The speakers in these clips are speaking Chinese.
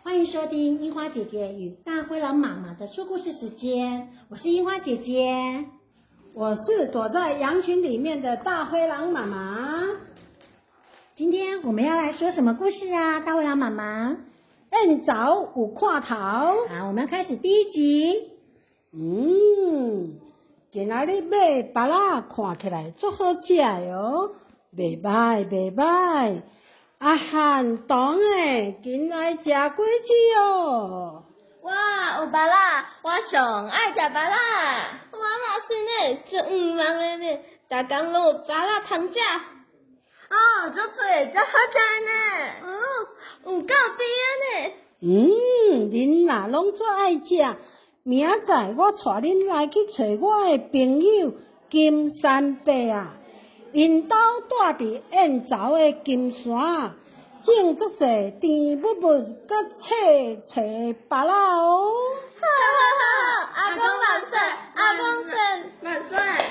欢迎收听樱花姐姐与大灰狼妈妈的说故事时间，我是樱花姐姐， 我是躲在羊群里面的大灰狼妈妈。 今天我们要来说什么故事啊，大灰狼妈妈？ 燕枣有看头。 好，我们要开始第一集。 今仔日买芭乐看起来足好食哟，袂歹。阿汉当诶，紧来食果子哦。 哇，有芭乐，我上爱食芭乐。我老师呢，足忙诶呢，逐工拢有芭乐通食。哦，足脆，足好食呢。有够甜呢。 恁若拢足爱食，明仔载我带恁来去找我诶朋友金山伯啊。因兜住伫燕巢诶金山，种足侪甜蜜蜜甲脆芭乐哦。 好，阿公万岁，阿公万岁。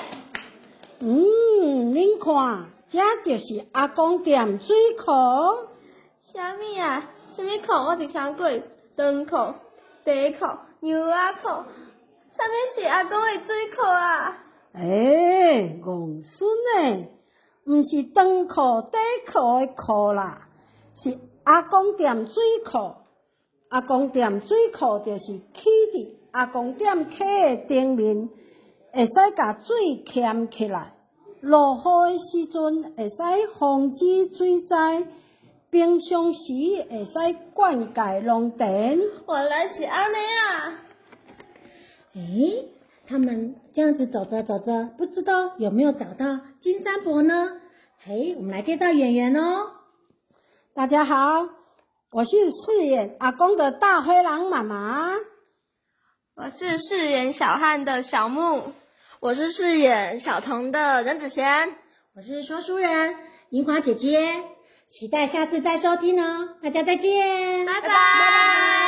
恁看，这就是阿公店水库。 啥物啊？啥物库？我只听过长裤、短裤、牛仔裤。啥物是阿公诶水库啊？ 戆孙诶，毋是长裤、短裤诶裤啦，是阿公店水库。阿公店水库就是起伫阿公店溪诶顶面，会使甲水牵起来。落雨诶时阵会使防止水灾，平常时会使灌溉农田。 原来是安尼啊！ 他们这样子走着，不知道有没有找到金山伯呢？我们来介绍演员哦。 大家好，我是饰演阿公的大灰狼妈妈。 我是饰演小汉的小木。我是饰演小童的任子贤。 我是说书人樱花姐姐，期待下次再收听哦。大家再见， 拜拜。